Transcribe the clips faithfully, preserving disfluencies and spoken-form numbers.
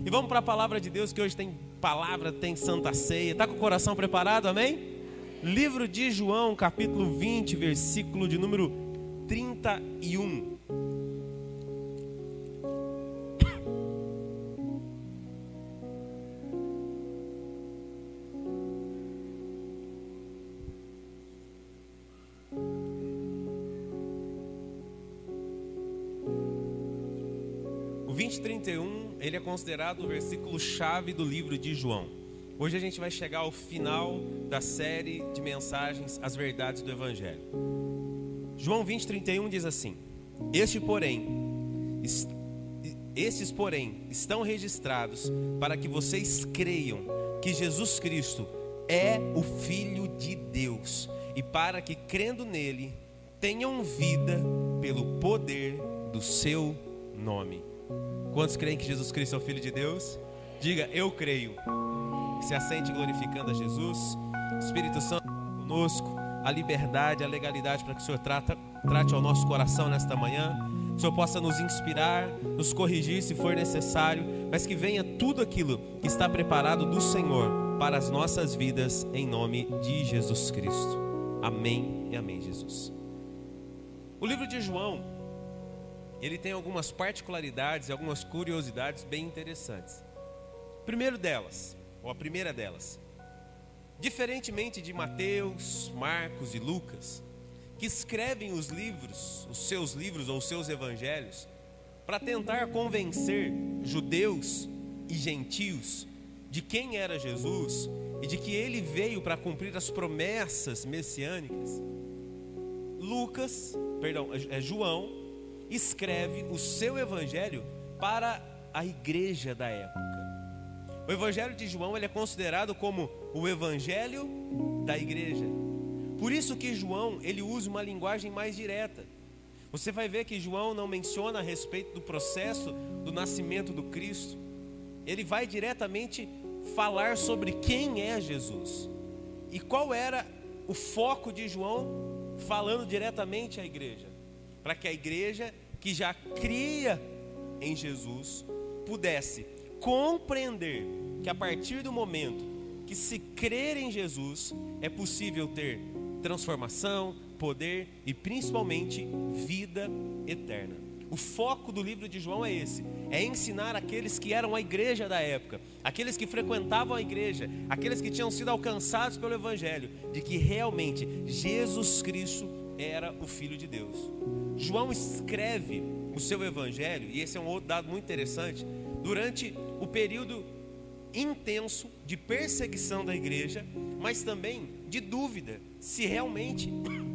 E vamos para a palavra de Deus, que hoje tem palavra, tem Santa Ceia. Está com o coração preparado, amém? Livro de João, capítulo vinte, versículo de número trinta e um. vinte, trinta e um, ele é considerado o versículo chave do livro de João. Hoje a gente vai chegar ao final da série de mensagens, as verdades do Evangelho. João vinte, trinta e um diz assim: Este, porém, est- estes, porém, estão registrados para que vocês creiam que Jesus Cristo é o Filho de Deus, e para que, crendo nele, tenham vida pelo poder do seu nome. Quantos creem que Jesus Cristo é o Filho de Deus? Diga, eu creio. Se assente glorificando a Jesus. Espírito Santo conosco, a liberdade, a legalidade para que o Senhor trata, trate ao nosso coração nesta manhã. Que o Senhor possa nos inspirar, nos corrigir se for necessário, mas que venha tudo aquilo que está preparado do Senhor para as nossas vidas, em nome de Jesus Cristo. Amém e amém, Jesus. O livro de João, ele tem algumas particularidades e algumas curiosidades bem interessantes. Primeiro delas, ou a primeira delas, diferentemente de Mateus, Marcos e Lucas, que escrevem os livros, os seus livros ou os seus evangelhos, para tentar convencer judeus e gentios de quem era Jesus e de que ele veio para cumprir as promessas messiânicas, Lucas, perdão, é João, escreve o seu evangelho para a igreja da época. O evangelho de João, ele é considerado como o evangelho da igreja. Por isso que João, ele usa uma linguagem mais direta. Você vai ver que João não menciona a respeito do processo do nascimento do Cristo. Ele vai diretamente falar sobre quem é Jesus. E qual era o foco de João falando diretamente à igreja? Para que a igreja que já cria em Jesus pudesse compreender que a partir do momento que se crer em Jesus é possível ter transformação, poder e principalmente vida eterna. O foco do livro de João é esse, é ensinar aqueles que eram a igreja da época, aqueles que frequentavam a igreja, aqueles que tinham sido alcançados pelo evangelho, de que realmente Jesus Cristo era o Filho de Deus. João escreve o seu evangelho, e esse é um outro dado muito interessante, durante o período intenso de perseguição da igreja, mas também de dúvida se realmente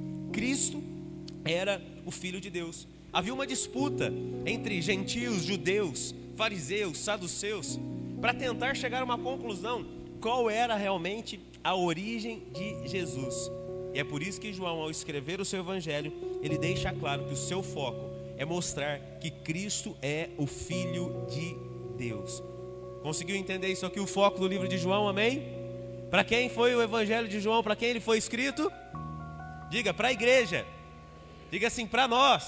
Cristo era o Filho de Deus. Havia uma disputa entre gentios, judeus, fariseus, saduceus, para tentar chegar a uma conclusão, qual era realmente a origem de Jesus. E é por isso que João, ao escrever o seu evangelho, ele deixa claro que o seu foco é mostrar que Cristo é o Filho de Deus. Conseguiu entender isso aqui, o foco do livro de João, amém? Para quem foi o evangelho de João, para quem ele foi escrito? Diga, para a igreja. Diga assim, para nós.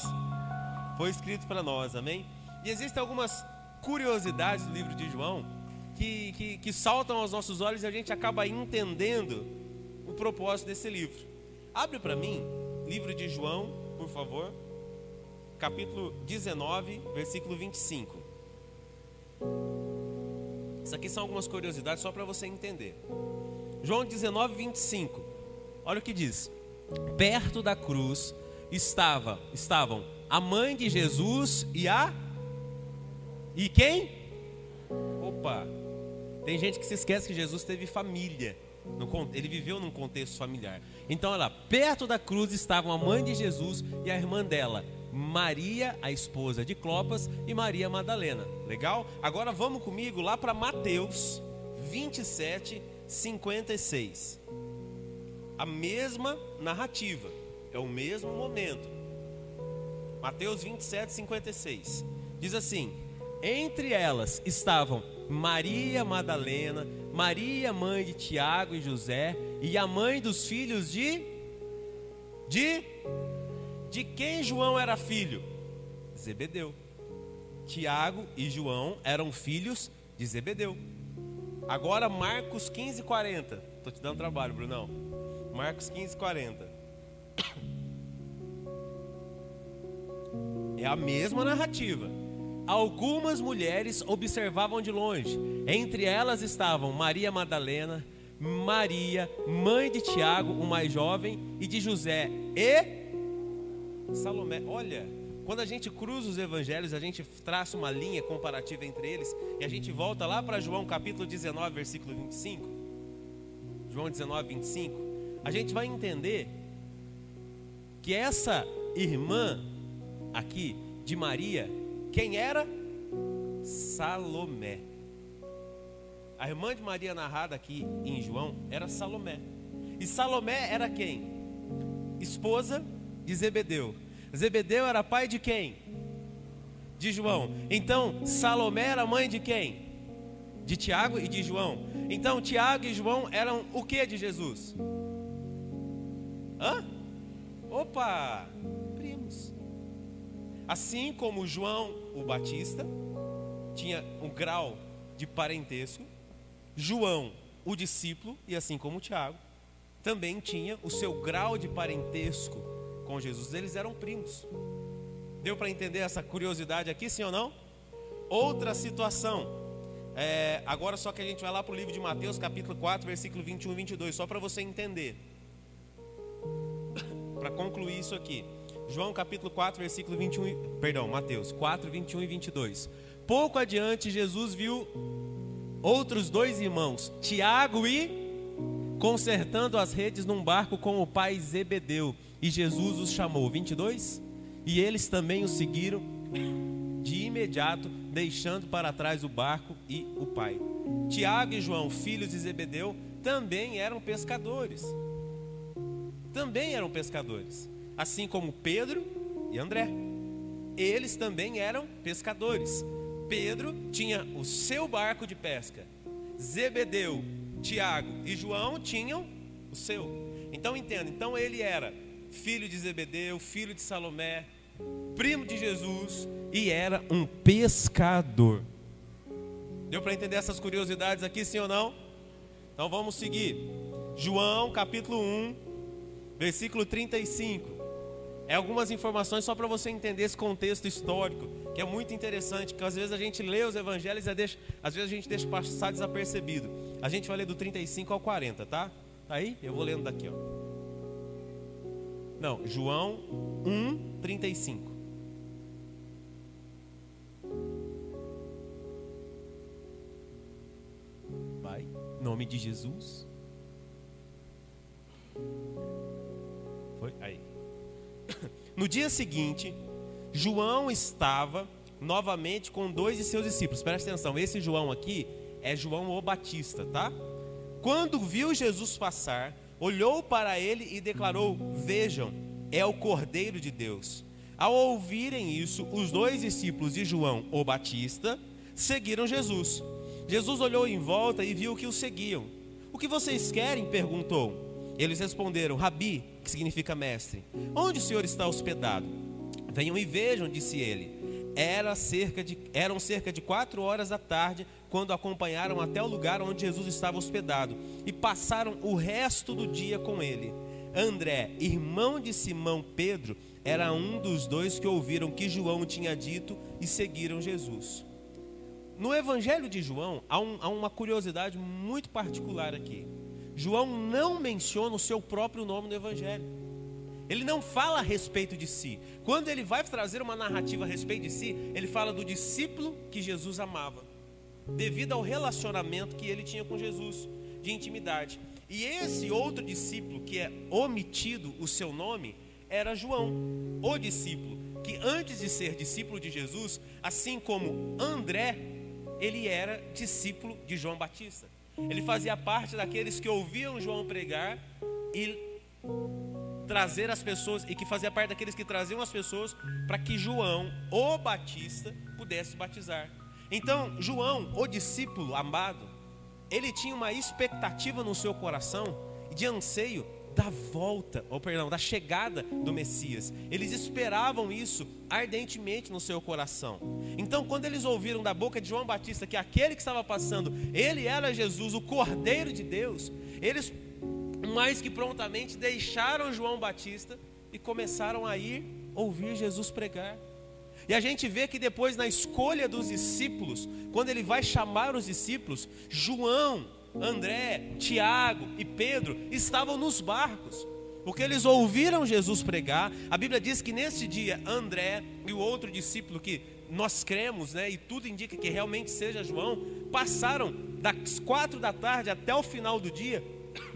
Foi escrito para nós, amém? E existem algumas curiosidades do livro de João que, que, que saltam aos nossos olhos e a gente acaba entendendo o propósito desse livro. Abre para mim, livro de João, por favor, capítulo dezenove, versículo vinte e cinco. Isso aqui são algumas curiosidades só para você entender. João dezenove, vinte e cinco. Olha o que diz: perto da cruz estava, estavam a mãe de Jesus e a... E quem? Opa! Tem gente que se esquece que Jesus teve família. Ele viveu num contexto familiar. Então, olha lá, perto da cruz estavam a mãe de Jesus e a irmã dela, Maria, a esposa de Clopas, e Maria Madalena. Legal? Agora vamos comigo lá para Mateus vinte e sete, cinquenta e seis. A mesma narrativa, é o mesmo momento. Mateus vinte e sete, cinquenta e seis. Diz assim: entre elas estavam Maria Madalena, Maria, mãe de Tiago e José, e a mãe dos filhos de... De... De quem João era filho? Zebedeu. Tiago e João eram filhos de Zebedeu. Agora Marcos quinze, quarenta. Estou te dando trabalho, Brunão. Marcos quinze, quarenta. É a mesma narrativa. Algumas mulheres observavam de longe. Entre elas estavam Maria Madalena, Maria, mãe de Tiago, o mais jovem, e de José, e Salomé. Olha, quando a gente cruza os evangelhos, a gente traça uma linha comparativa entre eles, e a gente volta lá para João capítulo dezenove, versículo vinte e cinco. João dezenove, vinte e cinco. A gente vai entender que essa irmã aqui de Maria, quem era? Salomé. A irmã de Maria narrada aqui em João era Salomé. E Salomé era quem? Esposa de Zebedeu. Zebedeu era pai de quem? De João. Então Salomé era mãe de quem? De Tiago e de João. Então Tiago e João eram o que de Jesus? Hã? Opa! Primos. Assim como João o Batista tinha um grau de parentesco, João o discípulo, e assim como Tiago, também tinha o seu grau de parentesco com Jesus. Eles eram primos. Deu para entender essa curiosidade aqui, sim ou não? Outra situação, é, agora só que a gente vai lá para o livro de Mateus capítulo quatro, versículo vinte e um e vinte e dois, só para você entender, para concluir isso aqui. João capítulo quatro, versículo vinte e um, perdão, Mateus quatro, vinte e um e vinte e dois. Pouco adiante Jesus viu outros dois irmãos, Tiago e, consertando as redes num barco com o pai Zebedeu, e Jesus os chamou. Vinte e dois. E eles também o seguiram de imediato, deixando para trás o barco e o pai. Tiago e João, filhos de Zebedeu, também eram pescadores. Também eram pescadores, assim como Pedro e André. Eles também eram pescadores. Pedro tinha o seu barco de pesca. Zebedeu, Tiago e João tinham o seu. Então entenda, então ele era filho de Zebedeu, filho de Salomé, primo de Jesus, e era um pescador. Deu para entender essas curiosidades aqui, sim ou não? Então vamos seguir. João capítulo um, versículo trinta e cinco. É algumas informações só para você entender esse contexto histórico, que é muito interessante, que às vezes a gente lê os evangelhos e deixa, às vezes a gente deixa passar desapercebido. A gente vai ler do trinta e cinco ao quarenta, tá? Tá aí? Eu vou lendo daqui, ó. Não, João um, trinta e cinco. Vai, em nome de Jesus. Foi? Aí. No dia seguinte, João estava novamente com dois de seus discípulos. Presta atenção, esse João aqui é João o Batista, tá? Quando viu Jesus passar, olhou para ele e declarou: vejam, é o Cordeiro de Deus. Ao ouvirem isso, os dois discípulos de João o Batista seguiram Jesus. Jesus olhou em volta e viu que os seguiam. O que vocês querem? Perguntou. Eles responderam: Rabi, que significa mestre, onde o Senhor está hospedado? Venham e vejam, disse ele. Era cerca de, eram cerca de quatro horas da tarde quando acompanharam até o lugar onde Jesus estava hospedado e passaram o resto do dia com ele. André, irmão de Simão Pedro, era um dos dois que ouviram que João tinha dito e seguiram Jesus. No Evangelho de João há, um, há uma curiosidade muito particular aqui. João não menciona o seu próprio nome no Evangelho. Ele não fala a respeito de si. Quando ele vai trazer uma narrativa a respeito de si, ele fala do discípulo que Jesus amava, devido ao relacionamento que ele tinha com Jesus, de intimidade. E esse outro discípulo que é omitido o seu nome era João, o discípulo que antes de ser discípulo de Jesus, assim como André, ele era discípulo de João Batista. Ele fazia parte daqueles que ouviam João pregar e trazer as pessoas, e que fazia parte daqueles que traziam as pessoas para que João, o Batista, pudesse batizar. Então, João, o discípulo amado, ele tinha uma expectativa no seu coração de anseio da volta, ou perdão, da chegada do Messias. Eles esperavam isso ardentemente no seu coração. Então, quando eles ouviram da boca de João Batista que aquele que estava passando, ele era Jesus, o Cordeiro de Deus, eles mais que prontamente deixaram João Batista e começaram a ir ouvir Jesus pregar. E a gente vê que depois, na escolha dos discípulos, quando ele vai chamar os discípulos, João, André, Tiago e Pedro estavam nos barcos, porque eles ouviram Jesus pregar. A Bíblia diz que nesse dia André e o outro discípulo que nós cremos, né, e tudo indica que realmente seja João, passaram das quatro da tarde até o final do dia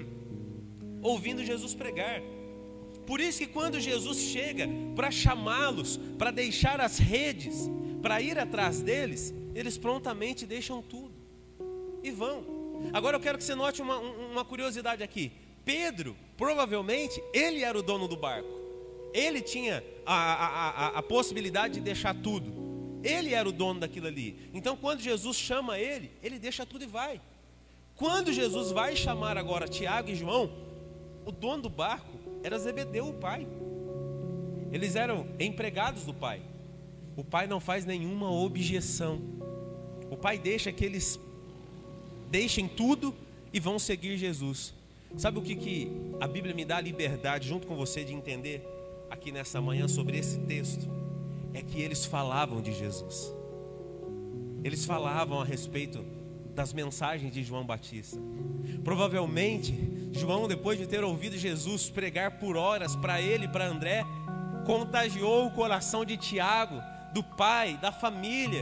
ouvindo Jesus pregar. Por isso que quando Jesus chega para chamá-los, para deixar as redes, para ir atrás deles, eles prontamente deixam tudo e vão. Agora eu quero que você note uma, uma curiosidade aqui. Pedro, provavelmente, ele era o dono do barco. Ele tinha a, a, a, a possibilidade de deixar tudo. Ele era o dono daquilo ali. Então quando Jesus chama ele, ele deixa tudo e vai. Quando Jesus vai chamar agora Tiago e João, o dono do barco era Zebedeu, o pai. Eles eram empregados do pai. O pai não faz nenhuma objeção. O pai deixa que eles deixem tudo e vão seguir Jesus. Sabe o que, que a Bíblia me dá liberdade junto com você de entender aqui nessa manhã sobre esse texto? É que eles falavam de Jesus. Eles falavam a respeito das mensagens de João Batista. Provavelmente João, depois de ter ouvido Jesus pregar por horas para ele e para André, contagiou o coração de Tiago, do pai, da família,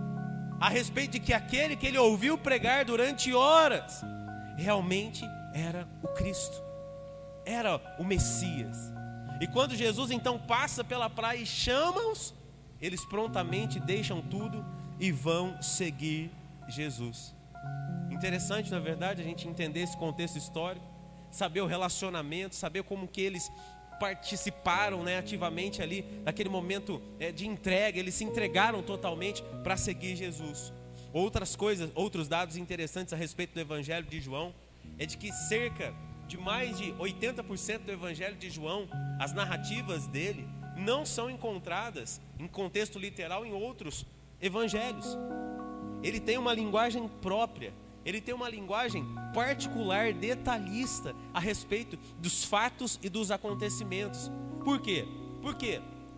a respeito de que aquele que ele ouviu pregar durante horas realmente era o Cristo, era o Messias. E quando Jesus então passa pela praia e chama-os, eles prontamente deixam tudo e vão seguir Jesus. Interessante, na verdade, a gente entender esse contexto histórico, saber o relacionamento, saber como que eles participaram, né, ativamente ali naquele momento é, de entrega. Eles se entregaram totalmente para seguir Jesus. Outras coisas, outros dados interessantes a respeito do Evangelho de João é de que cerca de mais de oitenta por cento do Evangelho de João, as narrativas dele não são encontradas em contexto literal em outros evangelhos. Ele tem uma linguagem própria. Ele tem uma linguagem particular, detalhista a respeito dos fatos e dos acontecimentos. Por quê? Porque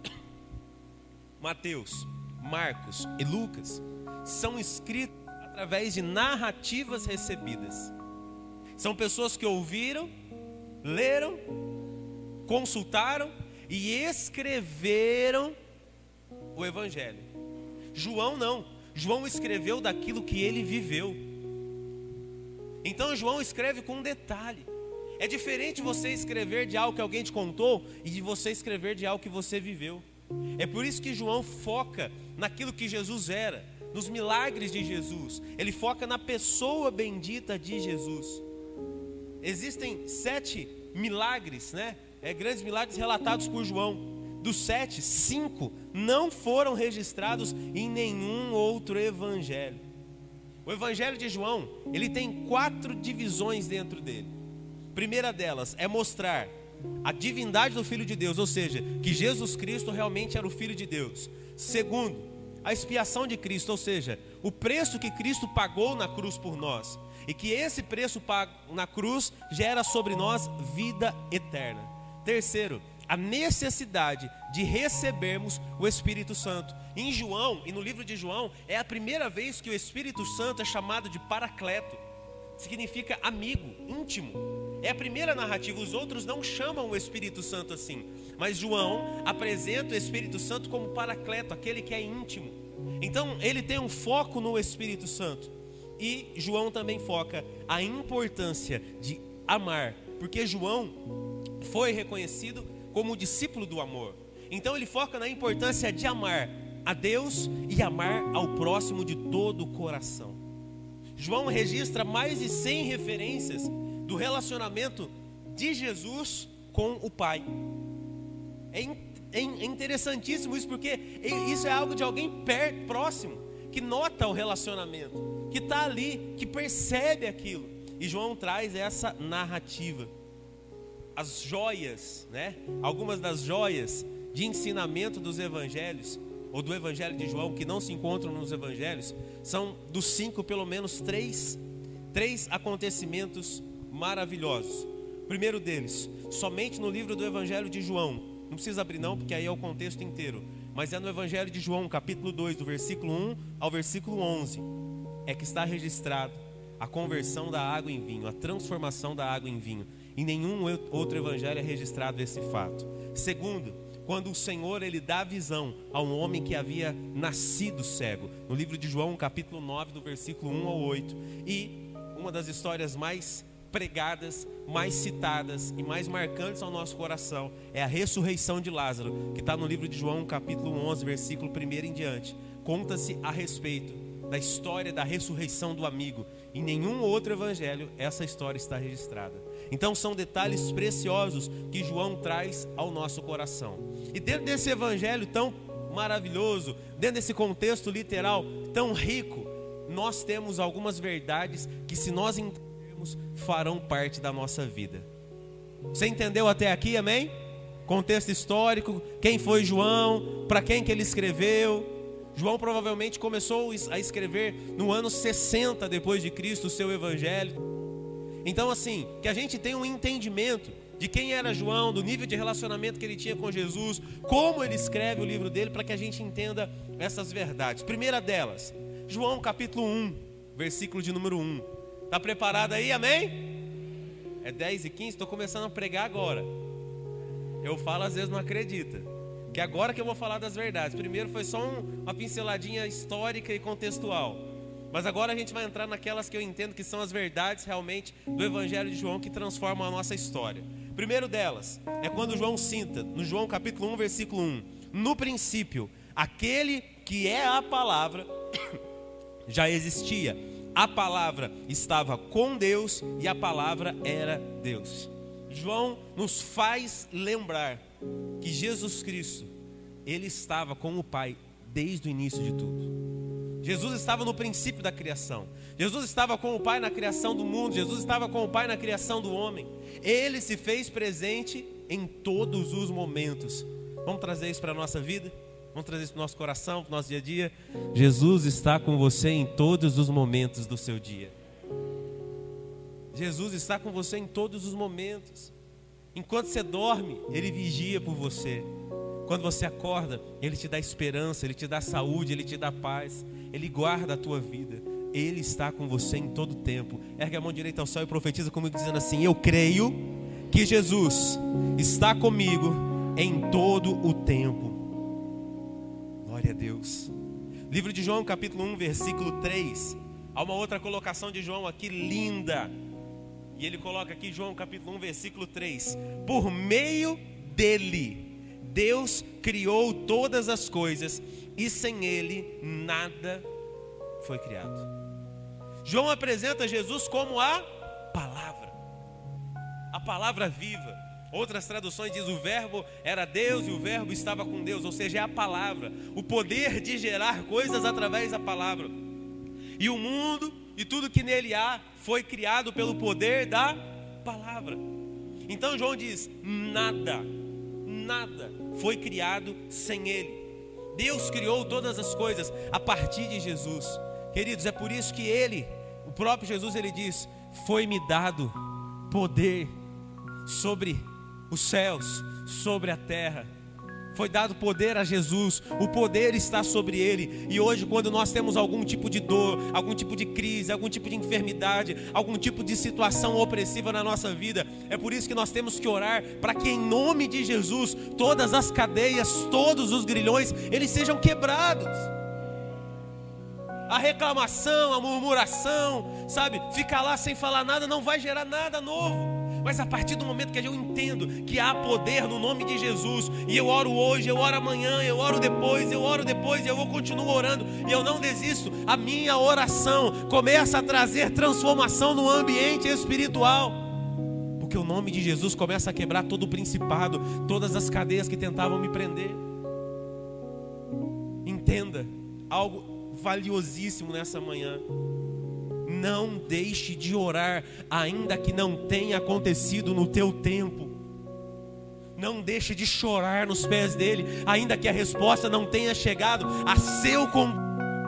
Mateus, Marcos e Lucas são escritos através de narrativas recebidas. São pessoas que ouviram, leram, consultaram e escreveram o Evangelho. João não. João escreveu daquilo que ele viveu. Então João escreve com um detalhe. É diferente você escrever de algo que alguém te contou e de você escrever de algo que você viveu. É por isso que João foca naquilo que Jesus era, nos milagres de Jesus. Ele foca na pessoa bendita de Jesus. Existem sete milagres, né? É, grandes milagres relatados por João. Dos sete, cinco não foram registrados em nenhum outro evangelho. O Evangelho de João, ele tem quatro divisões dentro dele. A primeira delas é mostrar a divindade do Filho de Deus, ou seja, que Jesus Cristo realmente era o Filho de Deus. Segundo, a expiação de Cristo, ou seja, o preço que Cristo pagou na cruz por nós. E que esse preço pago na cruz gera sobre nós vida eterna. Terceiro, a necessidade de recebermos o Espírito Santo. Em João, e no livro de João, é a primeira vez que o Espírito Santo é chamado de Paracleto. Significa amigo, íntimo. É a primeira narrativa, os outros não chamam o Espírito Santo assim. Mas João apresenta o Espírito Santo como Paracleto, aquele que é íntimo. Então ele tem um foco no Espírito Santo. E João também foca a importância de amar, porque João foi reconhecido como o discípulo do amor. Então ele foca na importância de amar a Deus e amar ao próximo de todo o coração. João registra mais de cem referências do relacionamento de Jesus com o Pai. É, é interessantíssimo isso, porque isso é algo de alguém perto, próximo, que nota o relacionamento, que está ali, que percebe aquilo. E João traz essa narrativa. as joias, né? Algumas das joias de ensinamento dos evangelhos, ou do evangelho de João, que não se encontram nos evangelhos, são dos cinco, pelo menos três, três acontecimentos maravilhosos. O primeiro deles, somente no livro do evangelho de João, não precisa abrir não, porque aí é o contexto inteiro, mas é no evangelho de João, capítulo dois, do versículo um ao versículo onze, é que está registrado a conversão da água em vinho, a transformação da água em vinho. Em nenhum outro evangelho é registrado esse fato. Segundo, quando o Senhor ele dá visão a um homem que havia nascido cego, no livro de João, capítulo nove, do versículo um ao oito. E uma das histórias mais pregadas, mais citadas e mais marcantes ao nosso coração é a ressurreição de Lázaro, que está no livro de João, capítulo onze, versículo um em diante. Conta-se a respeito da história da ressurreição do amigo. Em nenhum outro evangelho essa história está registrada. Então são detalhes preciosos que João traz ao nosso coração. E dentro desse evangelho tão maravilhoso, dentro desse contexto literal tão rico, nós temos algumas verdades que, se nós entendermos, farão parte da nossa vida. Você entendeu até aqui, amém? Contexto histórico, quem foi João, para quem que ele escreveu. João provavelmente começou a escrever no ano sessenta depois de Cristo o seu evangelho. Então assim, que a gente tenha um entendimento de quem era João, do nível de relacionamento que ele tinha com Jesus, como ele escreve o livro dele, para que a gente entenda essas verdades. Primeira delas, João capítulo um, versículo de número um. Está preparado aí, amém? É dez e quinze, estou começando a pregar agora. Eu falo, às vezes não acredita, que agora que eu vou falar das verdades. Primeiro foi só um, uma pinceladinha histórica e contextual, mas agora a gente vai entrar naquelas que eu entendo que são as verdades realmente do evangelho de João, que transformam a nossa história. Primeiro delas é quando João cita, no João capítulo um, versículo um: no princípio, aquele que é a palavra já existia. A palavra estava com Deus e a palavra era Deus. João nos faz lembrar que Jesus Cristo, ele estava com o Pai desde o início de tudo. Jesus estava no princípio da criação. Jesus estava com o Pai na criação do mundo. Jesus estava com o Pai na criação do homem. Ele se fez presente em todos os momentos. Vamos trazer isso para a nossa vida? Vamos trazer isso para o nosso coração, para o nosso dia a dia? Jesus está com você em todos os momentos do seu dia. Jesus está com você em todos os momentos. Enquanto você dorme, Ele vigia por você. Quando você acorda, Ele te dá esperança, Ele te dá saúde, Ele te dá paz. Ele guarda a tua vida. Ele está com você em todo o tempo. Ergue a mão direita ao céu e profetiza comigo dizendo assim: eu creio que Jesus está comigo em todo o tempo. Glória a Deus. Livro de João, capítulo um, versículo três. Há uma outra colocação de João aqui linda. E ele coloca aqui, João capítulo um, versículo três: por meio dele, Deus criou todas as coisas, e sem ele, nada foi criado. João apresenta Jesus como a palavra, a palavra viva. Outras traduções dizem o verbo era Deus e o verbo estava com Deus, ou seja, é a palavra, o poder de gerar coisas através da palavra. E o mundo e tudo que nele há foi criado pelo poder da palavra. Então João diz: nada, nada foi criado sem ele. Deus criou todas as coisas a partir de Jesus. Queridos, é por isso que ele, o próprio Jesus, ele diz: foi-me dado poder sobre os céus, sobre a terra. Foi dado poder a Jesus, o poder está sobre ele. E hoje, quando nós temos algum tipo de dor, algum tipo de crise, algum tipo de enfermidade, algum tipo de situação opressiva na nossa vida, é por isso que nós temos que orar para que, em nome de Jesus, todas as cadeias, todos os grilhões, eles sejam quebrados. A reclamação, a murmuração, sabe, ficar lá sem falar nada não vai gerar nada novo. Mas a partir do momento que eu entendo que há poder no nome de Jesus, e eu oro hoje, eu oro amanhã, eu oro depois, eu oro depois, e eu vou continuar orando, e eu não desisto, a minha oração começa a trazer transformação no ambiente espiritual, porque o nome de Jesus começa a quebrar todo o principado, todas as cadeias que tentavam me prender. Entenda algo valiosíssimo nessa manhã: não deixe de orar, ainda que não tenha acontecido no teu tempo. Não deixe de chorar nos pés dele, ainda que a resposta não tenha chegado a seu contexto.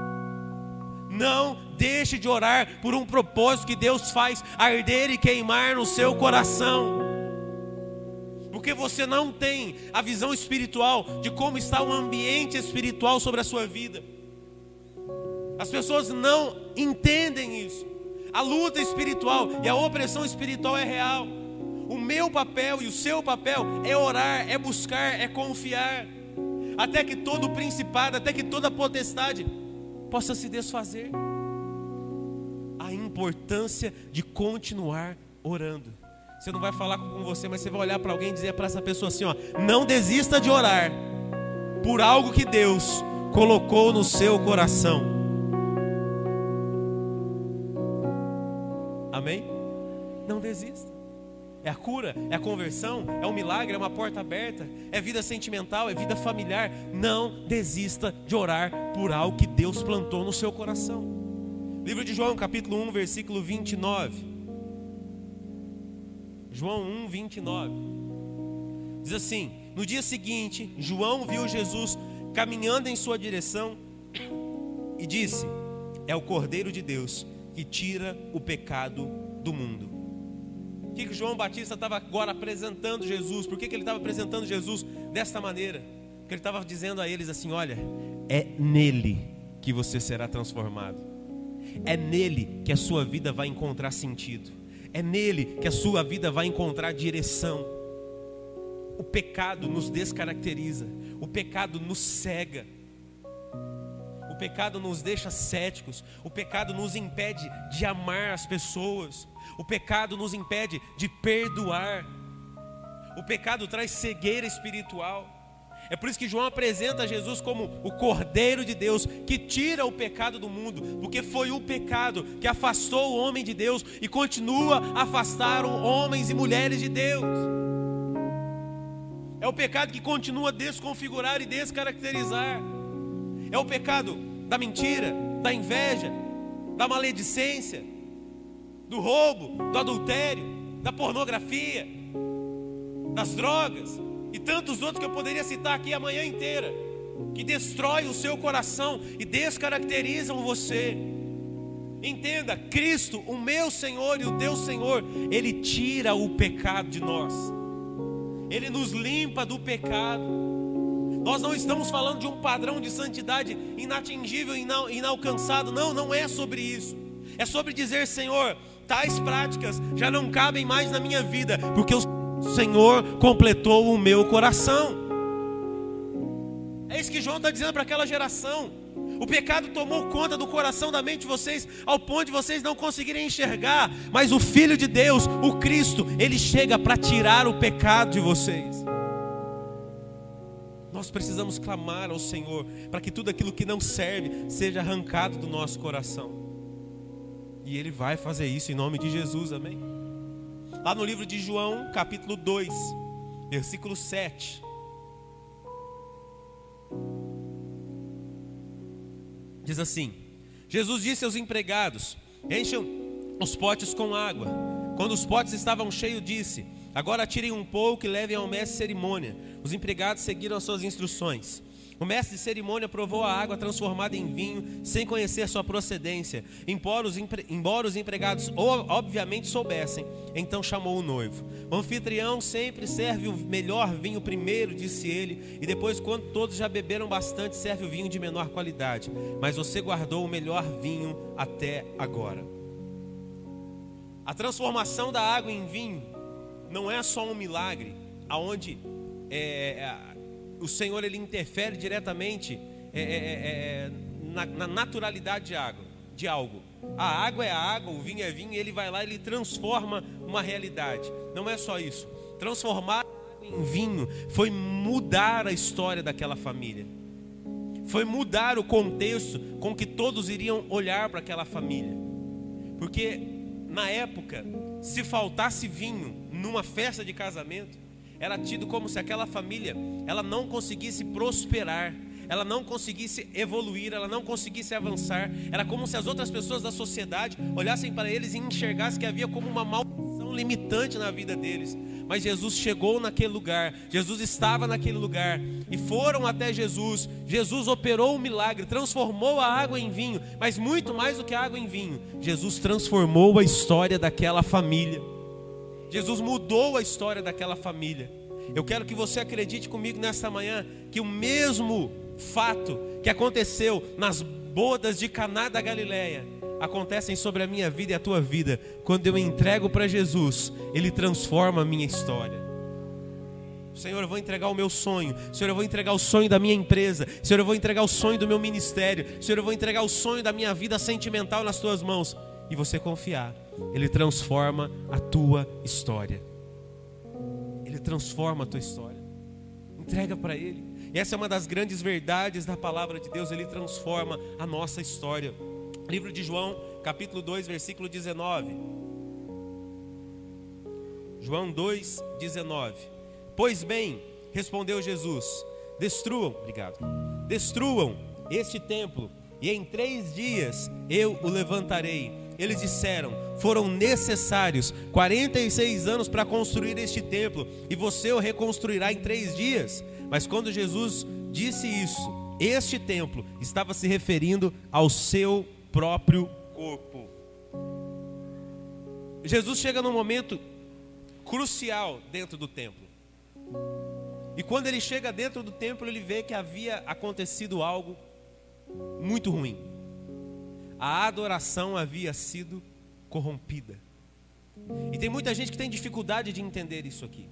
Não deixe de orar por um propósito que Deus faz arder e queimar no seu coração. Porque você não tem a visão espiritual de como está o ambiente espiritual sobre a sua vida. As pessoas não entendem isso. A luta espiritual e a opressão espiritual é real. O meu papel e o seu papel é orar, é buscar, é confiar, até que todo principado, até que toda potestade possa se desfazer. A importância de continuar orando. Você não vai falar com você, mas você vai olhar para alguém e dizer para essa pessoa assim, ó, não desista de orar por algo que Deus colocou no seu coração. Amém? Não desista. É a cura, é a conversão, é um milagre, é uma porta aberta, é vida sentimental, é vida familiar. Não desista de orar por algo que Deus plantou no seu coração. Livro de João, capítulo um, versículo vinte e nove. João um, vinte e nove. Diz assim: no dia seguinte, João viu Jesus caminhando em sua direção e disse: é o Cordeiro de Deus que tira o pecado do mundo. O que, que João Batista estava agora apresentando Jesus? Por que, que ele estava apresentando Jesus desta maneira? Porque ele estava dizendo a eles assim: olha, é nele que você será transformado. É nele que a sua vida vai encontrar sentido. É nele que a sua vida vai encontrar direção. O pecado nos descaracteriza. O pecado nos cega. O pecado nos deixa céticos. O pecado nos impede de amar as pessoas. O pecado nos impede de perdoar. O pecado traz cegueira espiritual. É por isso que João apresenta Jesus como o Cordeiro de Deus que tira o pecado do mundo, porque foi o pecado que afastou o homem de Deus e continua a afastar homens e mulheres de Deus. É o pecado que continua a desconfigurar e descaracterizar. É o pecado da mentira, da inveja, da maledicência, do roubo, do adultério, da pornografia, das drogas e tantos outros que eu poderia citar aqui a manhã inteira, que destrói o seu coração e descaracterizam você. Entenda, Cristo, o meu Senhor e o teu Senhor, Ele tira o pecado de nós. Ele nos limpa do pecado. Nós não estamos falando de um padrão de santidade inatingível e inalcançado. Não, não é sobre isso. É sobre dizer: Senhor, tais práticas já não cabem mais na minha vida, porque o Senhor completou o meu coração. É isso que João está dizendo para aquela geração. O pecado tomou conta do coração, da mente de vocês, ao ponto de vocês não conseguirem enxergar. Mas o Filho de Deus, o Cristo, Ele chega para tirar o pecado de vocês. Nós precisamos clamar ao Senhor para que tudo aquilo que não serve seja arrancado do nosso coração. E Ele vai fazer isso em nome de Jesus, amém? Lá no livro de João, capítulo dois, versículo sete. Diz assim: Jesus disse aos empregados: encham os potes com água. Quando os potes estavam cheios, disse: agora tirem um pouco e levem ao mestre de cerimônia. Os empregados seguiram as suas instruções. O mestre de cerimônia provou a água transformada em vinho, sem conhecer sua procedência, embora os, empre... embora os empregados obviamente soubessem. Então chamou o noivo. O anfitrião sempre serve o melhor vinho primeiro, disse ele, e depois, quando todos já beberam bastante, serve o vinho de menor qualidade. Mas você guardou o melhor vinho até agora. A transformação da água em vinho não é só um milagre, aonde é, o Senhor ele interfere diretamente é, é, é, na, na naturalidade de, água, de algo. A água é a água, o vinho é vinho, e ele vai lá e ele transforma uma realidade. Não é só isso. Transformar a água em vinho foi mudar a história daquela família. Foi mudar o contexto com que todos iriam olhar para aquela família. Porque na época, se faltasse vinho numa festa de casamento, era tido como se aquela família ela não conseguisse prosperar, ela não conseguisse evoluir, ela não conseguisse avançar. Era como se as outras pessoas da sociedade olhassem para eles e enxergassem que havia como uma maldição limitante na vida deles. mas Jesus chegou naquele lugar, Jesus estava naquele lugar, e foram até Jesus. Jesus operou um milagre, transformou a água em vinho, mas muito mais do que a água em vinho, Jesus transformou a história daquela família. Jesus mudou a história daquela família. Eu quero que você acredite comigo nesta manhã, que o mesmo fato que aconteceu nas bodas de Caná da Galileia, acontecem sobre a minha vida e a tua vida. Quando eu me entrego para Jesus, Ele transforma a minha história. Senhor, eu vou entregar o meu sonho. Senhor, eu vou entregar o sonho da minha empresa. Senhor, eu vou entregar o sonho do meu ministério. Senhor, eu vou entregar o sonho da minha vida sentimental nas tuas mãos. E você confiar, Ele transforma a tua história. Ele transforma a tua história. Entrega para Ele. E essa é uma das grandes verdades da palavra de Deus. Ele transforma a nossa história. Livro de João, capítulo dois, versículo dezenove. João dois, dezenove. Pois bem, respondeu Jesus, destruam, obrigado, destruam este templo, e em três dias eu o levantarei. Eles disseram, foram necessários quarenta e seis anos para construir este templo, e você o reconstruirá em três dias? Mas quando Jesus disse isso, este templo estava se referindo ao seu próprio corpo. Jesus chega num momento crucial dentro do templo. E quando ele chega dentro do templo, ele vê que havia acontecido algo muito ruim. A adoração havia sido corrompida. E tem muita gente que tem dificuldade de entender isso aqui.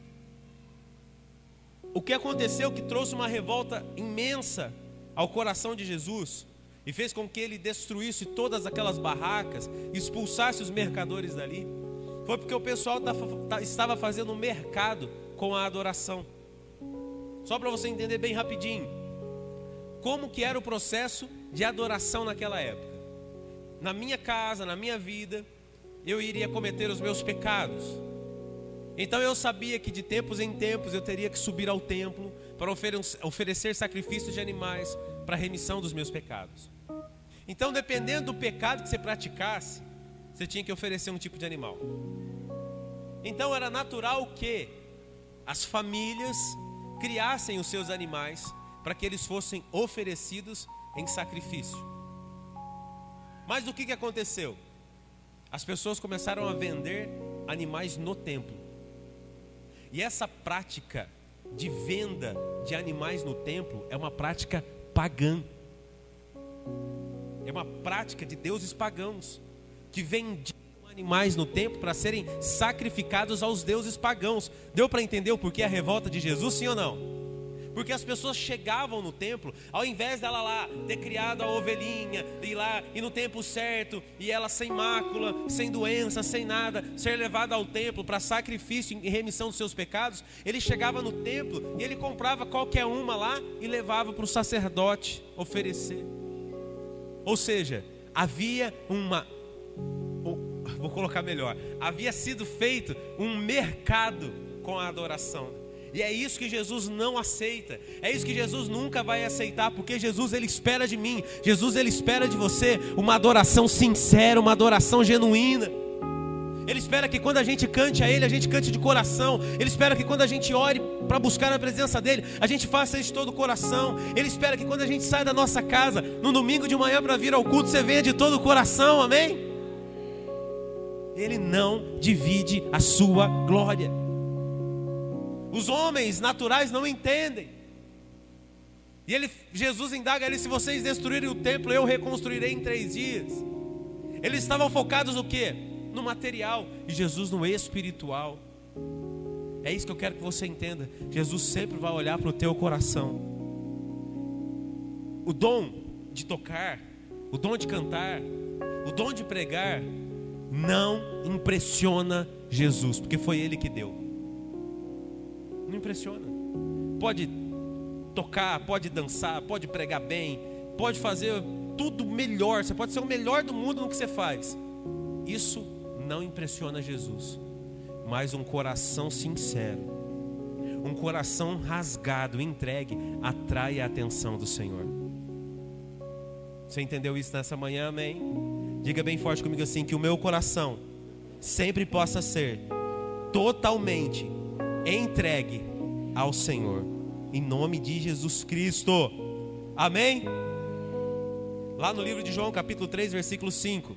O que aconteceu que trouxe uma revolta imensa ao coração de Jesus e fez com que ele destruísse todas aquelas barracas, expulsasse os mercadores dali, foi porque o pessoal estava fazendo um mercado com a adoração. Só para você entender bem rapidinho, como que era o processo de adoração naquela época. Na minha casa, na minha vida, eu iria cometer os meus pecados. Então eu sabia que de tempos em tempos eu teria que subir ao templo para oferecer sacrifícios de animais para a remissão dos meus pecados. Então, dependendo do pecado que você praticasse, você tinha que oferecer um tipo de animal. Então era natural que as famílias criassem os seus animais para que eles fossem oferecidos em sacrifício. Mas o que que aconteceu? As pessoas começaram a vender animais no templo. E essa prática de venda de animais no templo é uma prática pagã. É uma prática de deuses pagãos que vendiam animais no templo para serem sacrificados aos deuses pagãos. Deu para entender o porquê a revolta de Jesus, sim ou não? Porque as pessoas chegavam no templo, ao invés dela lá ter criado a ovelhinha, ir lá e no tempo certo, e ela sem mácula, sem doença, sem nada, ser levada ao templo para sacrifício e remissão dos seus pecados, ele chegava no templo e ele comprava qualquer uma lá e levava para o sacerdote oferecer. Ou seja, havia uma, vou colocar melhor, havia sido feito um mercado com a adoração. E é isso que Jesus não aceita. É isso que Jesus nunca vai aceitar, porque Jesus ele espera de mim, Jesus ele espera de você uma adoração sincera, uma adoração genuína. Ele espera que quando a gente cante a Ele, a gente cante de coração. Ele espera que quando a gente ore para buscar a presença dEle, a gente faça isso de todo o coração. Ele espera que quando a gente sai da nossa casa, no domingo de manhã para vir ao culto, você venha de todo o coração, amém? Ele não divide a sua glória. Os homens naturais não entendem. E ele, Jesus indaga ele: se vocês destruírem o templo, eu reconstruirei em três dias. Eles estavam focados no quê? No material, e Jesus no espiritual. É isso que eu quero que você entenda. Jesus sempre vai olhar para o teu coração. O dom de tocar, o dom de cantar, o dom de pregar não impressiona Jesus, porque foi Ele que deu. Não impressiona. Pode tocar, pode dançar, pode pregar bem, pode fazer tudo melhor, você pode ser o melhor do mundo no que você faz. Isso não impressiona Jesus, mas um coração sincero, um coração rasgado, entregue, atrai a atenção do Senhor. Você entendeu isso nessa manhã, amém? Diga bem forte comigo assim: que o meu coração sempre possa ser totalmente entregue ao Senhor, em nome de Jesus Cristo, amém? Lá no livro de João capítulo três, versículo cinco,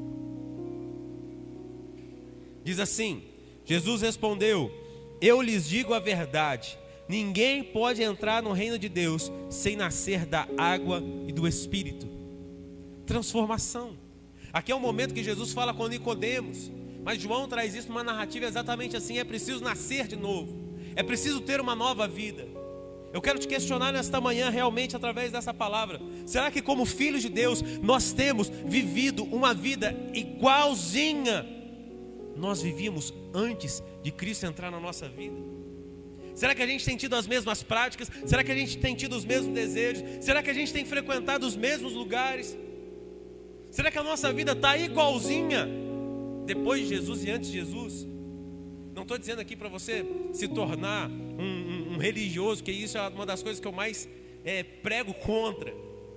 diz assim: Jesus respondeu: eu lhes digo a verdade, ninguém pode entrar no reino de Deus sem nascer da água e do Espírito. Transformação. Aqui é o momento que Jesus fala com Nicodemos, mas João traz isso numa narrativa exatamente assim: é preciso nascer de novo, é preciso ter uma nova vida. Eu quero te questionar nesta manhã, realmente, através dessa palavra: será que como filhos de Deus nós temos vivido uma vida igualzinha nós vivíamos antes de Cristo entrar na nossa vida? Será que a gente tem tido as mesmas práticas? Será que a gente tem tido os mesmos desejos? Será que a gente tem frequentado os mesmos lugares? Será que a nossa vida está igualzinha depois de Jesus e antes de Jesus? Não estou dizendo aqui para você se tornar um, um, um religioso, que isso é uma das coisas que eu mais é, prego contra.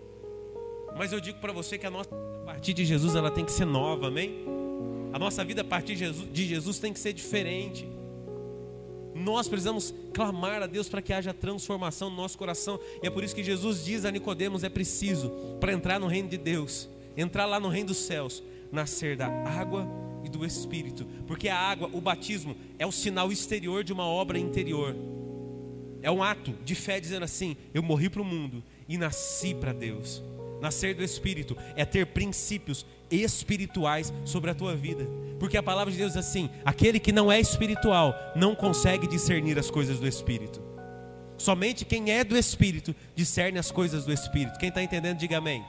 Mas eu digo para você que a nossa vida a partir de Jesus ela tem que ser nova, amém? A nossa vida a partir de Jesus, de Jesus tem que ser diferente. Nós precisamos clamar a Deus para que haja transformação no nosso coração. E é por isso que Jesus diz a Nicodemos: é preciso, para entrar no reino de Deus, entrar lá no reino dos céus, nascer da água e do Espírito. Porque a água, o batismo, é o sinal exterior de uma obra interior. É um ato de fé dizendo assim: eu morri para o mundo e nasci para Deus. Nascer do Espírito é ter princípios espirituais sobre a tua vida. Porque a palavra de Deus diz assim: aquele que não é espiritual não consegue discernir as coisas do Espírito. Somente quem é do Espírito discerne as coisas do Espírito. Quem está entendendo, diga amém.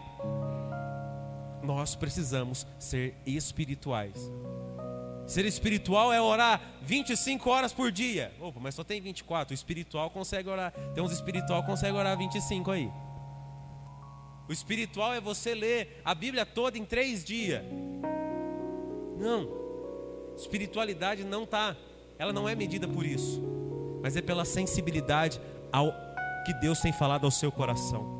Nós precisamos ser espirituais. Ser espiritual é orar vinte e cinco horas por dia. Opa, mas só tem vinte e quatro. O espiritual consegue orar. Tem uns espiritual que consegue orar vinte e cinco aí. O espiritual é você ler a Bíblia toda em três dias. Não. Espiritualidade não tá, ela não é medida por isso, mas é pela sensibilidade ao que Deus tem falado ao seu coração.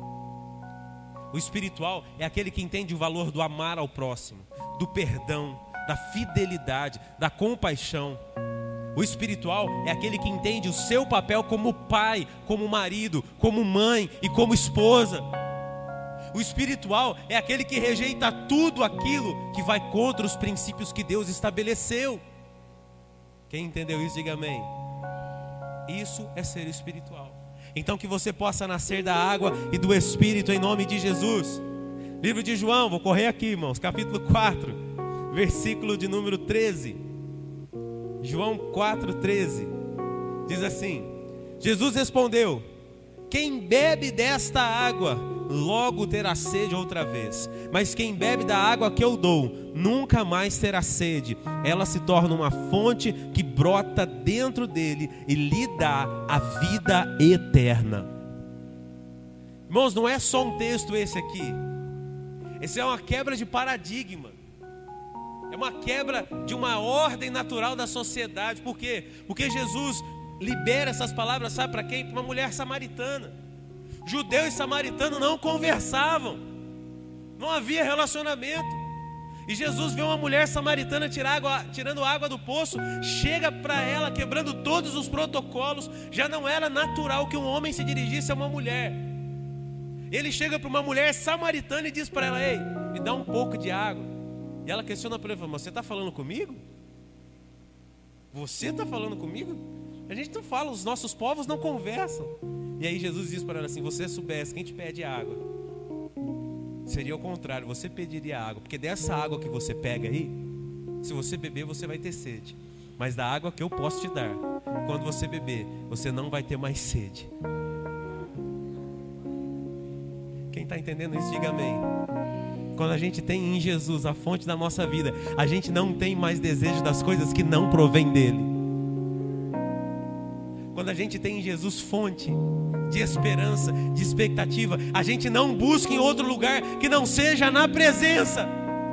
O espiritual é aquele que entende o valor do amar ao próximo, do perdão, da fidelidade, da compaixão. O espiritual é aquele que entende o seu papel como pai, como marido, como mãe e como esposa. O espiritual é aquele que rejeita tudo aquilo que vai contra os princípios que Deus estabeleceu. Quem entendeu isso, diga amém. Isso é ser espiritual. Então que você possa nascer da água e do Espírito em nome de Jesus. Livro de João, vou correr aqui, irmãos, capítulo quatro, versículo de número treze. João quatro, treze. Diz assim: Jesus respondeu: quem bebe desta água logo terá sede outra vez, mas quem bebe da água que eu dou nunca mais terá sede. Ela se torna uma fonte que brota dentro dele e lhe dá a vida eterna. Irmãos, não é só um texto esse aqui. Esse é uma quebra de paradigma. É uma quebra de uma ordem natural da sociedade. Por quê? Porque Jesus libera essas palavras, sabe para quem? Para uma mulher samaritana. Judeu e samaritano não conversavam, não havia relacionamento. E Jesus vê uma mulher samaritana tirar água, tirando água do poço, chega para ela quebrando todos os protocolos. Já não era natural que um homem se dirigisse a uma mulher. Ele chega para uma mulher samaritana e diz para ela: ei, me dá um pouco de água. E ela questiona para ele: você está falando comigo? Você está falando comigo? A gente não fala, os nossos povos não conversam. E aí Jesus diz para ela assim: você soubesse quem te pede água, seria o contrário, você pediria água. Porque dessa água que você pega aí, se você beber você vai ter sede, mas da água que eu posso te dar, quando você beber, você não vai ter mais sede. Quem está entendendo isso, diga amém. Quando a gente tem em Jesus a fonte da nossa vida, a gente não tem mais desejo das coisas que não provém dele. Quando a gente tem em Jesus fonte de esperança, de expectativa, a gente não busca em outro lugar que não seja na presença.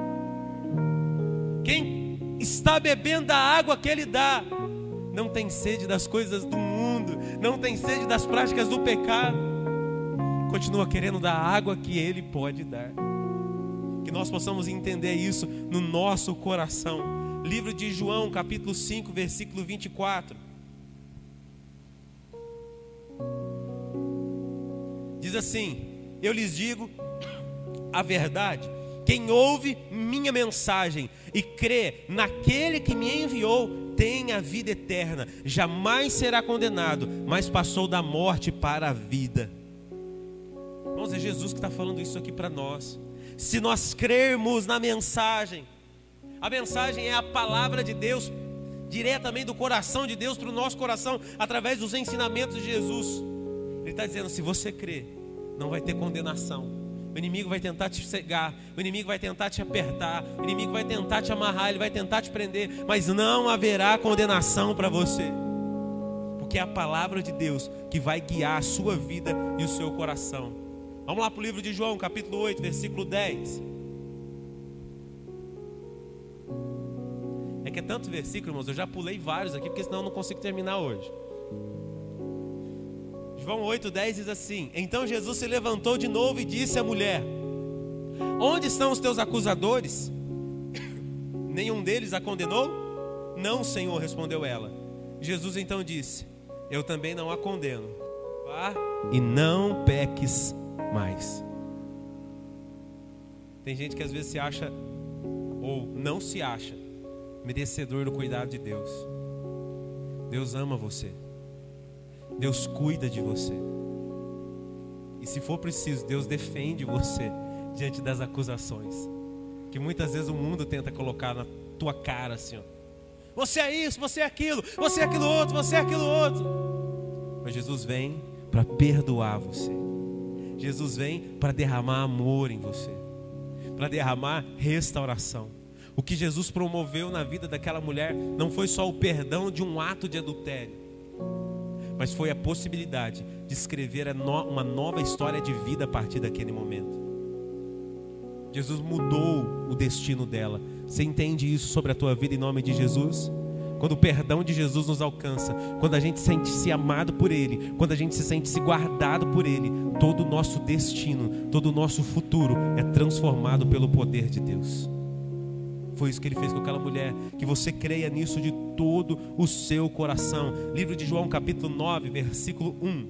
Quem está bebendo da água que Ele dá, não tem sede das coisas do mundo, não tem sede das práticas do pecado, continua querendo da água que Ele pode dar. Que nós possamos entender isso no nosso coração, Livro de João, capítulo cinco, versículo vinte e quatro. Diz assim: eu lhes digo a verdade, quem ouve minha mensagem e crê naquele que me enviou, tem a vida eterna, jamais será condenado, mas passou da morte para a vida. Irmãos, é Jesus que está falando isso aqui para nós. Se nós crermos na mensagem, a mensagem é a palavra de Deus, diretamente do coração de Deus para o nosso coração, através dos ensinamentos de Jesus. Ele está dizendo: se você crer, não vai ter condenação. O inimigo vai tentar te cegar, o inimigo vai tentar te apertar, o inimigo vai tentar te amarrar, ele vai tentar te prender, mas não haverá condenação para você, porque é a palavra de Deus que vai guiar a sua vida e o seu coração. Vamos lá para o livro de João, capítulo oito, versículo dez. É que é tanto versículo, irmãos, eu já pulei vários aqui, porque senão eu não consigo terminar hoje. João oito, dez diz assim: então Jesus se levantou de novo e disse à mulher: onde estão os teus acusadores? Nenhum deles a condenou? Não, Senhor, respondeu ela. Jesus então disse: eu também não a condeno. Vá e não peques mais. Tem gente que às vezes se acha, ou não se acha, merecedor do cuidado de Deus. Deus ama você. Deus cuida de você. E se for preciso, Deus defende você diante das acusações que muitas vezes o mundo tenta colocar na tua cara assim, ó. Você é isso, você é aquilo, você é aquilo outro, você é aquilo outro. Mas Jesus vem para perdoar você. Jesus vem para derramar amor em você, para derramar restauração. O que Jesus promoveu na vida daquela mulher não foi só o perdão de um ato de adultério, mas foi a possibilidade de escrever uma nova história de vida a partir daquele momento. Jesus mudou o destino dela. Você entende isso sobre a tua vida em nome de Jesus? Quando o perdão de Jesus nos alcança, quando a gente sente-se amado por Ele, quando a gente se sente-se guardado por Ele, todo o nosso destino, todo o nosso futuro é transformado pelo poder de Deus. Foi isso que Ele fez com aquela mulher. Que você creia nisso de todo o seu coração. Livro de João, capítulo nove, versículo um.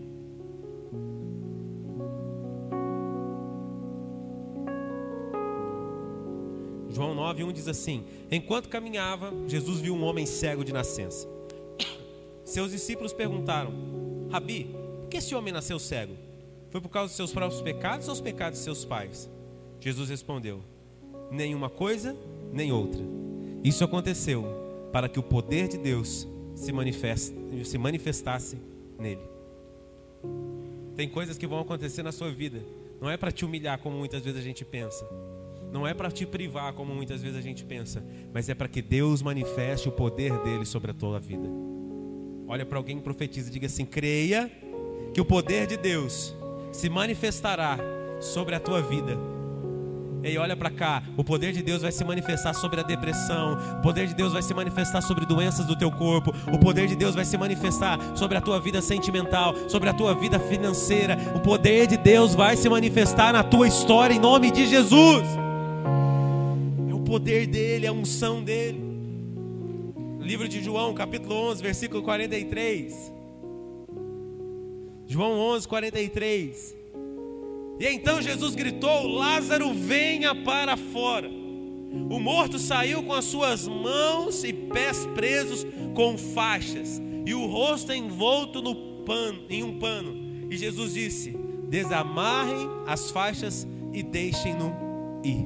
João nove, um diz assim: enquanto caminhava, Jesus viu um homem cego de nascença. Seus discípulos perguntaram: Rabi, por que esse homem nasceu cego? Foi por causa dos seus próprios pecados ou os pecados de seus pais? Jesus respondeu: nenhuma coisa nem outra. Isso aconteceu para que o poder de Deus se, manifeste, se manifestasse nele. Tem coisas que vão acontecer na sua vida, não é para te humilhar como muitas vezes a gente pensa, não é para te privar como muitas vezes a gente pensa, mas é para que Deus manifeste o poder dele sobre a tua vida. Olha para alguém e profetiza, diga assim: creia que o poder de Deus se manifestará sobre a tua vida. Ei, olha para cá, o poder de Deus vai se manifestar sobre a depressão, o poder de Deus vai se manifestar sobre doenças do teu corpo, o poder de Deus vai se manifestar sobre a tua vida sentimental, sobre a tua vida financeira. O poder de Deus vai se manifestar na tua história em nome de Jesus. É o poder dele, é a unção dele. Livro de João, capítulo onze, versículo quarenta e três. João onze, quarenta e três. E então Jesus gritou: Lázaro, venha para fora. O morto saiu com as suas mãos e pés presos com faixas, e o rosto envolto no pano, em um pano. E Jesus disse: desamarrem as faixas e deixem-no ir.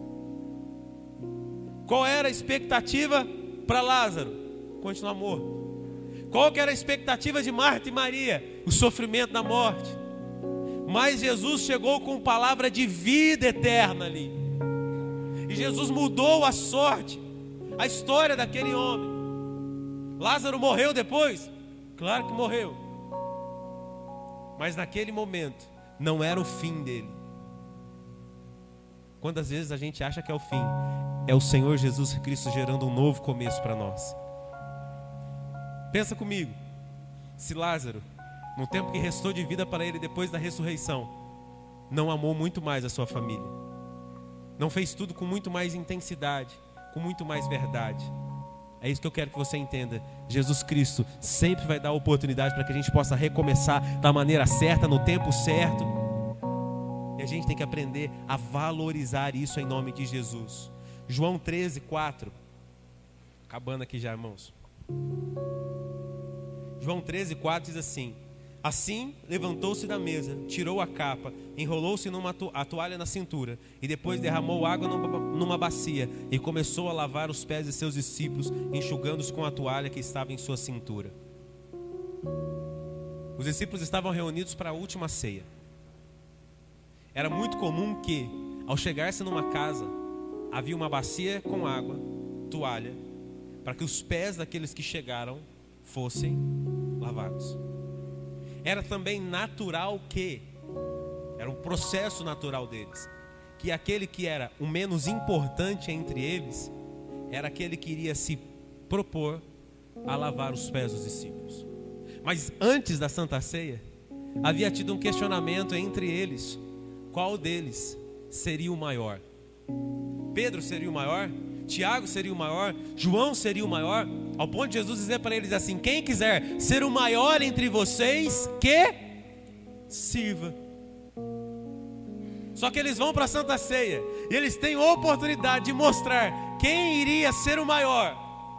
Qual era a expectativa para Lázaro? Continuar morto. Qual que era a expectativa de Marta e Maria? O sofrimento da morte. Mas Jesus chegou com palavra de vida eterna ali. E Jesus mudou a sorte, a história daquele homem. Lázaro morreu depois? Claro que morreu. Mas naquele momento não era o fim dele. Quantas vezes a gente acha que é o fim? É o Senhor Jesus Cristo gerando um novo começo para nós. Pensa comigo. Se Lázaro, no tempo que restou de vida para ele depois da ressurreição, não amou muito mais a sua família, não fez tudo com muito mais intensidade, com muito mais verdade, É isso que eu quero que você entenda. Jesus Cristo sempre vai dar oportunidade para que a gente possa recomeçar da maneira certa, no tempo certo. E a gente tem que aprender a valorizar isso em nome de Jesus. João treze, quatro. Acabando aqui já, irmãos. João treze, quatro diz assim: assim levantou-se da mesa, tirou a capa, enrolou-se numa to- a toalha na cintura e depois derramou água numa, numa bacia e começou a lavar os pés de seus discípulos, enxugando-os com a toalha que estava em sua cintura. Os discípulos estavam reunidos para a última ceia. Era muito comum que, ao chegar-se numa casa, havia uma bacia com água, toalha, para que os pés daqueles que chegaram fossem lavados. Era também natural que, era um processo natural deles, que aquele que era o menos importante entre eles, era aquele que iria se propor a lavar os pés dos discípulos. Mas antes da Santa Ceia, havia tido um questionamento entre eles: qual deles seria o maior? Pedro seria o maior? Tiago seria o maior? João seria o maior? Ao ponto de Jesus dizer para eles assim: quem quiser ser o maior entre vocês, que sirva. Só que eles vão para a Santa Ceia e eles têm a oportunidade de mostrar quem iria ser o maior.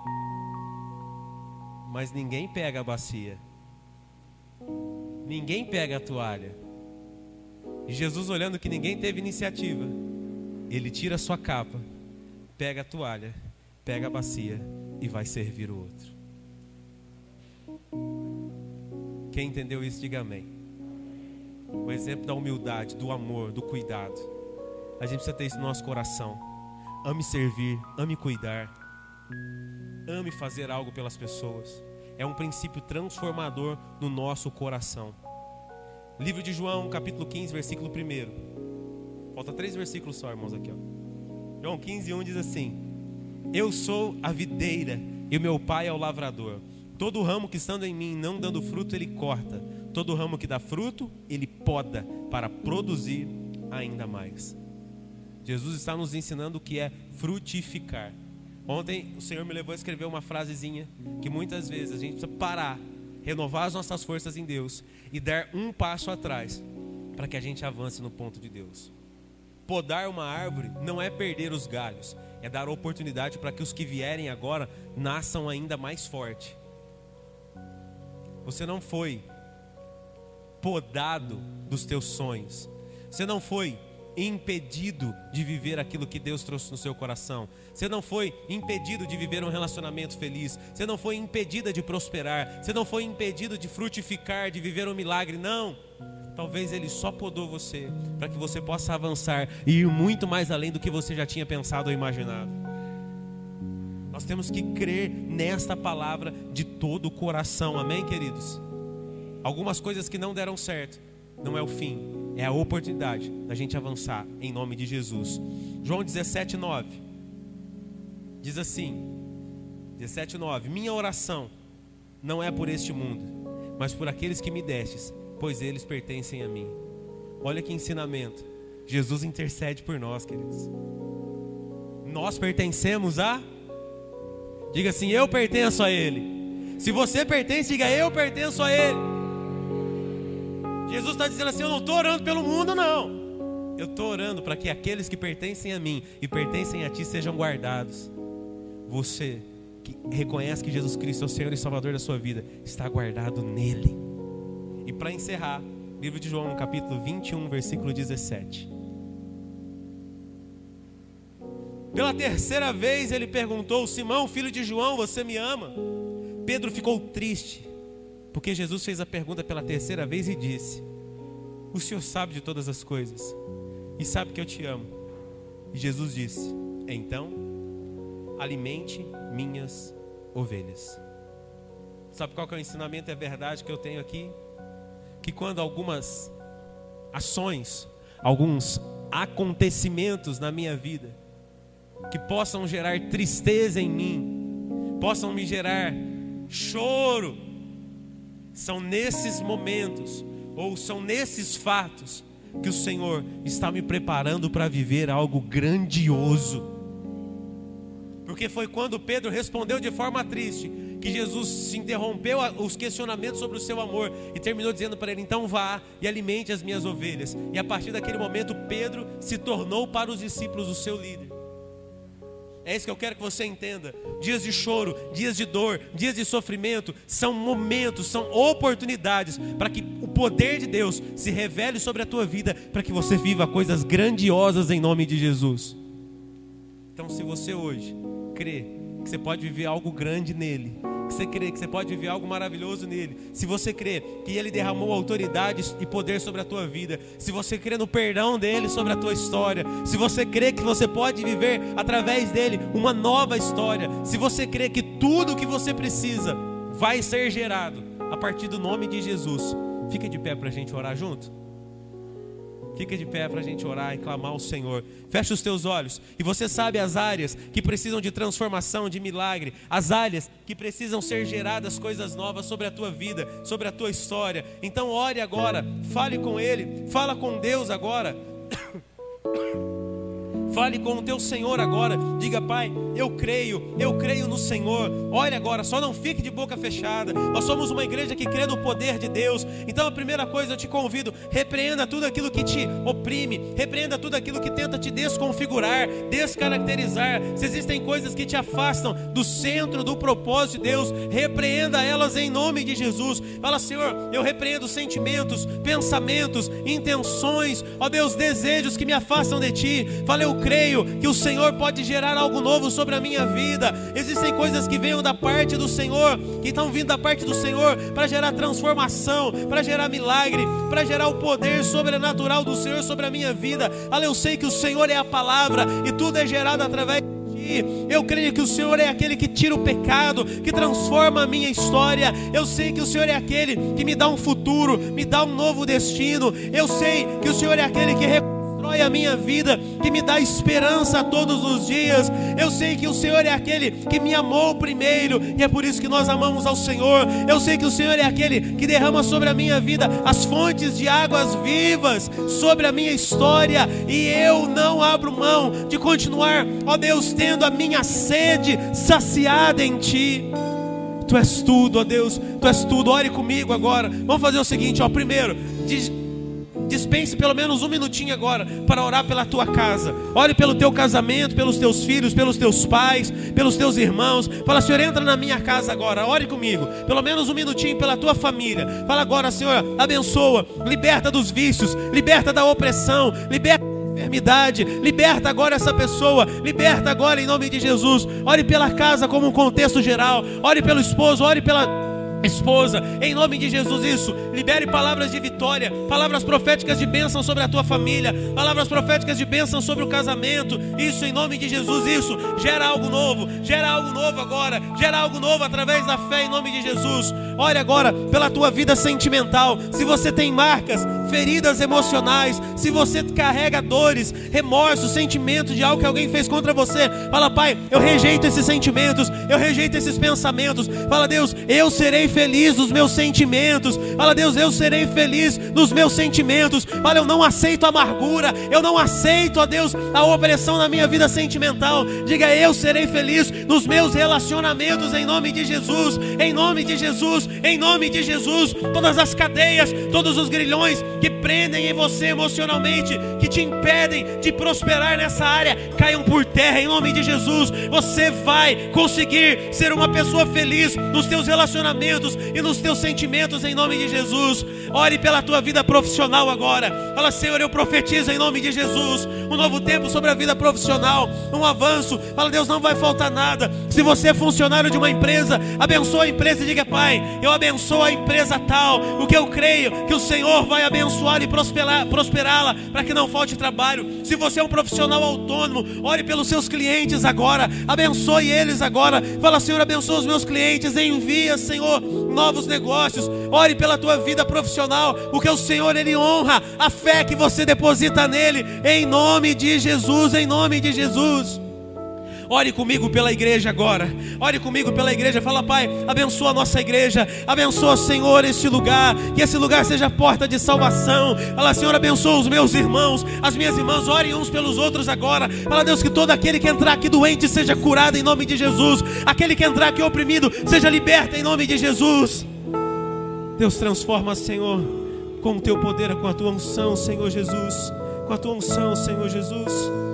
Mas ninguém pega a bacia, ninguém pega a toalha. E Jesus, olhando que ninguém teve iniciativa, ele tira a sua capa, pega a toalha, pega a bacia e vai servir o outro. Quem entendeu isso, diga amém. O exemplo da humildade, do amor, do cuidado. A gente precisa ter isso no nosso coração. Ame servir, ame cuidar, ame fazer algo pelas pessoas. É um princípio transformador no nosso coração. Livro de João, capítulo quinze, versículo um. Falta três versículos só, irmãos, aqui, ó. João quinze, um diz assim: eu sou a videira e o meu pai é o lavrador. Todo ramo que estando em mim não dando fruto, ele corta. Todo ramo que dá fruto, ele poda para produzir ainda mais. Jesus está nos ensinando o que é frutificar. Ontem o Senhor me levou a escrever uma frasezinha que muitas vezes a gente precisa parar, renovar as nossas forças em Deus e dar um passo atrás para que a gente avance no ponto de Deus. Podar uma árvore não é perder os galhos, é dar oportunidade para que os que vierem agora nasçam ainda mais forte. Você não foi podado dos teus sonhos. Você não foi impedido de viver aquilo que Deus trouxe no seu coração. Você não foi impedido de viver um relacionamento feliz. Você não foi impedida de prosperar. Você não foi impedido de frutificar, de viver um milagre. Não. Talvez Ele só podou você para que você possa avançar e ir muito mais além do que você já tinha pensado ou imaginado. Nós temos que crer nesta palavra de todo o coração. Amém, queridos? Algumas coisas que não deram certo não é o fim, é a oportunidade da gente avançar em nome de Jesus. João dezessete, nove diz assim, dezessete, nove: minha oração não é por este mundo, mas por aqueles que me destes, pois eles pertencem a mim. Olha que ensinamento. Jesus intercede por nós, queridos. Nós pertencemos a... Diga assim: eu pertenço a Ele. Se você pertence, diga: eu pertenço a Ele. Jesus está dizendo assim: eu não estou orando pelo mundo, não. Eu estou orando para que aqueles que pertencem a mim e pertencem a ti sejam guardados. Você que reconhece que Jesus Cristo é o Senhor e Salvador da sua vida, está guardado nele. E para encerrar, livro de João, no capítulo vinte e um, versículo dezessete. Pela terceira vez ele perguntou: Simão, filho de João, você me ama? Pedro ficou triste, porque Jesus fez a pergunta pela terceira vez e disse: o Senhor sabe de todas as coisas e sabe que eu te amo. E Jesus disse: então, alimente minhas ovelhas. Sabe qual que é o ensinamento, é verdade que eu tenho aqui? Que quando algumas ações, alguns acontecimentos na minha vida que possam gerar tristeza em mim, possam me gerar choro, são nesses momentos, ou são nesses fatos, que o Senhor está me preparando para viver algo grandioso. Porque Porque foi quando Pedro respondeu de forma triste que Jesus se interrompeu os questionamentos sobre o seu amor e terminou dizendo para ele: então vá e alimente as minhas ovelhas. E a partir daquele momento Pedro se tornou para os discípulos o seu líder. É isso que eu quero que você entenda. Dias de choro, dias de dor, dias de sofrimento são momentos, são oportunidades para que o poder de Deus se revele sobre a tua vida, para que você viva coisas grandiosas em nome de Jesus. Então, se você hoje crê que você pode viver algo grande nele, que você crê que você pode viver algo maravilhoso nele, se você crê que ele derramou autoridade e poder sobre a tua vida, se você crê no perdão dele sobre a tua história, se você crê que você pode viver através dele uma nova história, se você crê que tudo o que você precisa vai ser gerado a partir do nome de Jesus, fica de pé para a gente orar junto. Fica de pé para a gente orar e clamar ao Senhor. Fecha os teus olhos. E você sabe as áreas que precisam de transformação, de milagre. As áreas que precisam ser geradas coisas novas sobre a tua vida, sobre a tua história. Então ore agora, fale com Ele, fala com Deus agora. Fale com o teu Senhor agora. Diga: Pai, eu creio, eu creio no Senhor. Olhe agora, só não fique de boca fechada. Nós somos uma igreja que crê no poder de Deus. Então a primeira coisa, eu te convido: repreenda tudo aquilo que te oprime, repreenda tudo aquilo que tenta te desconfigurar, descaracterizar. Se existem coisas que te afastam do centro, do propósito de Deus, repreenda elas em nome de Jesus. Fala: Senhor, eu repreendo sentimentos, pensamentos, intenções, ó Deus, desejos que me afastam de Ti. Fala: eu creio que o Senhor pode gerar algo novo sobre a minha vida. Existem coisas que venham da parte do Senhor, que estão vindo da parte do Senhor para gerar transformação, para gerar milagre, para gerar o poder sobrenatural do Senhor sobre a minha vida. Olha, eu sei que o Senhor é a palavra e tudo é gerado através de Ti. Eu creio que o Senhor é aquele que tira o pecado, que transforma a minha história. Eu sei que o Senhor é aquele que me dá um futuro, me dá um novo destino. Eu sei que o Senhor é aquele que reconstrói a minha vida, que me dá esperança todos os dias. Eu sei que o Senhor é aquele que me amou primeiro, e é por isso que nós amamos ao Senhor. Eu sei que o Senhor é aquele que derrama sobre a minha vida as fontes de águas vivas sobre a minha história, e eu não abro mão de continuar, ó Deus, tendo a minha sede saciada em Ti. Tu és tudo, ó Deus, Tu és tudo. Ore comigo agora. Vamos fazer o seguinte, ó. Primeiro, diz... dispense pelo menos um minutinho agora para orar pela tua casa. Ore pelo teu casamento, pelos teus filhos, pelos teus pais, pelos teus irmãos. Fala: Senhor, entra na minha casa agora. Ore comigo, pelo menos um minutinho pela tua família. Fala agora: Senhor, abençoa, liberta dos vícios, liberta da opressão, liberta da enfermidade, liberta agora essa pessoa, liberta agora em nome de Jesus. Ore pela casa como um contexto geral. Ore pelo esposo, ore pela esposa, em nome de Jesus. Isso, libere palavras de vitória, palavras proféticas de bênção sobre a tua família, palavras proféticas de bênção sobre o casamento. Isso, em nome de Jesus. Isso, gera algo novo, gera algo novo agora, gera algo novo através da fé, em nome de Jesus. Ore agora pela tua vida sentimental. Se você tem marcas, feridas emocionais, se você carrega dores, remorsos, sentimentos de algo que alguém fez contra você, fala: Pai, eu rejeito esses sentimentos, eu rejeito esses pensamentos. Fala: Deus, eu serei feliz nos meus sentimentos. Fala: Deus, eu serei feliz nos meus sentimentos. Fala: eu não aceito amargura, eu não aceito, ó Deus, a opressão na minha vida sentimental. Diga: eu serei feliz nos meus relacionamentos, em nome de Jesus, em nome de Jesus, em nome de Jesus. Todas as cadeias, todos os grilhões que prendem em você emocionalmente, que te impedem de prosperar nessa área, caiam por terra em nome de Jesus. Você vai conseguir ser uma pessoa feliz nos teus relacionamentos e nos teus sentimentos em nome de Jesus. Ore pela tua vida profissional agora. Fala: Senhor, eu profetizo em nome de Jesus um novo tempo sobre a vida profissional, um avanço. Fala: Deus, não vai faltar nada. Se você é funcionário de uma empresa, abençoa a empresa e diga: Pai, eu abençoo a empresa tal, porque eu creio que o Senhor vai abençoar e prosperar, prosperá-la, para que não falte trabalho. Se você é um profissional autônomo, ore pelos seus clientes agora, abençoe eles agora. Fala: Senhor, abençoa os meus clientes, envia, Senhor, novos negócios. Ore pela tua vida profissional, porque o Senhor, Ele honra a fé que você deposita nele, em nome de Jesus, em nome de Jesus. Ore comigo pela igreja agora. Ore comigo pela igreja. Fala, Pai, abençoa a nossa igreja. Abençoa, Senhor, este lugar. Que esse lugar seja a porta de salvação. Fala, Senhor, abençoa os meus irmãos, as minhas irmãs. Orem uns pelos outros agora. Fala, Deus, que todo aquele que entrar aqui doente seja curado em nome de Jesus. Aquele que entrar aqui oprimido seja liberto em nome de Jesus. Deus, transforma, Senhor, com o teu poder, com a tua unção, Senhor Jesus. Com a tua unção, Senhor Jesus.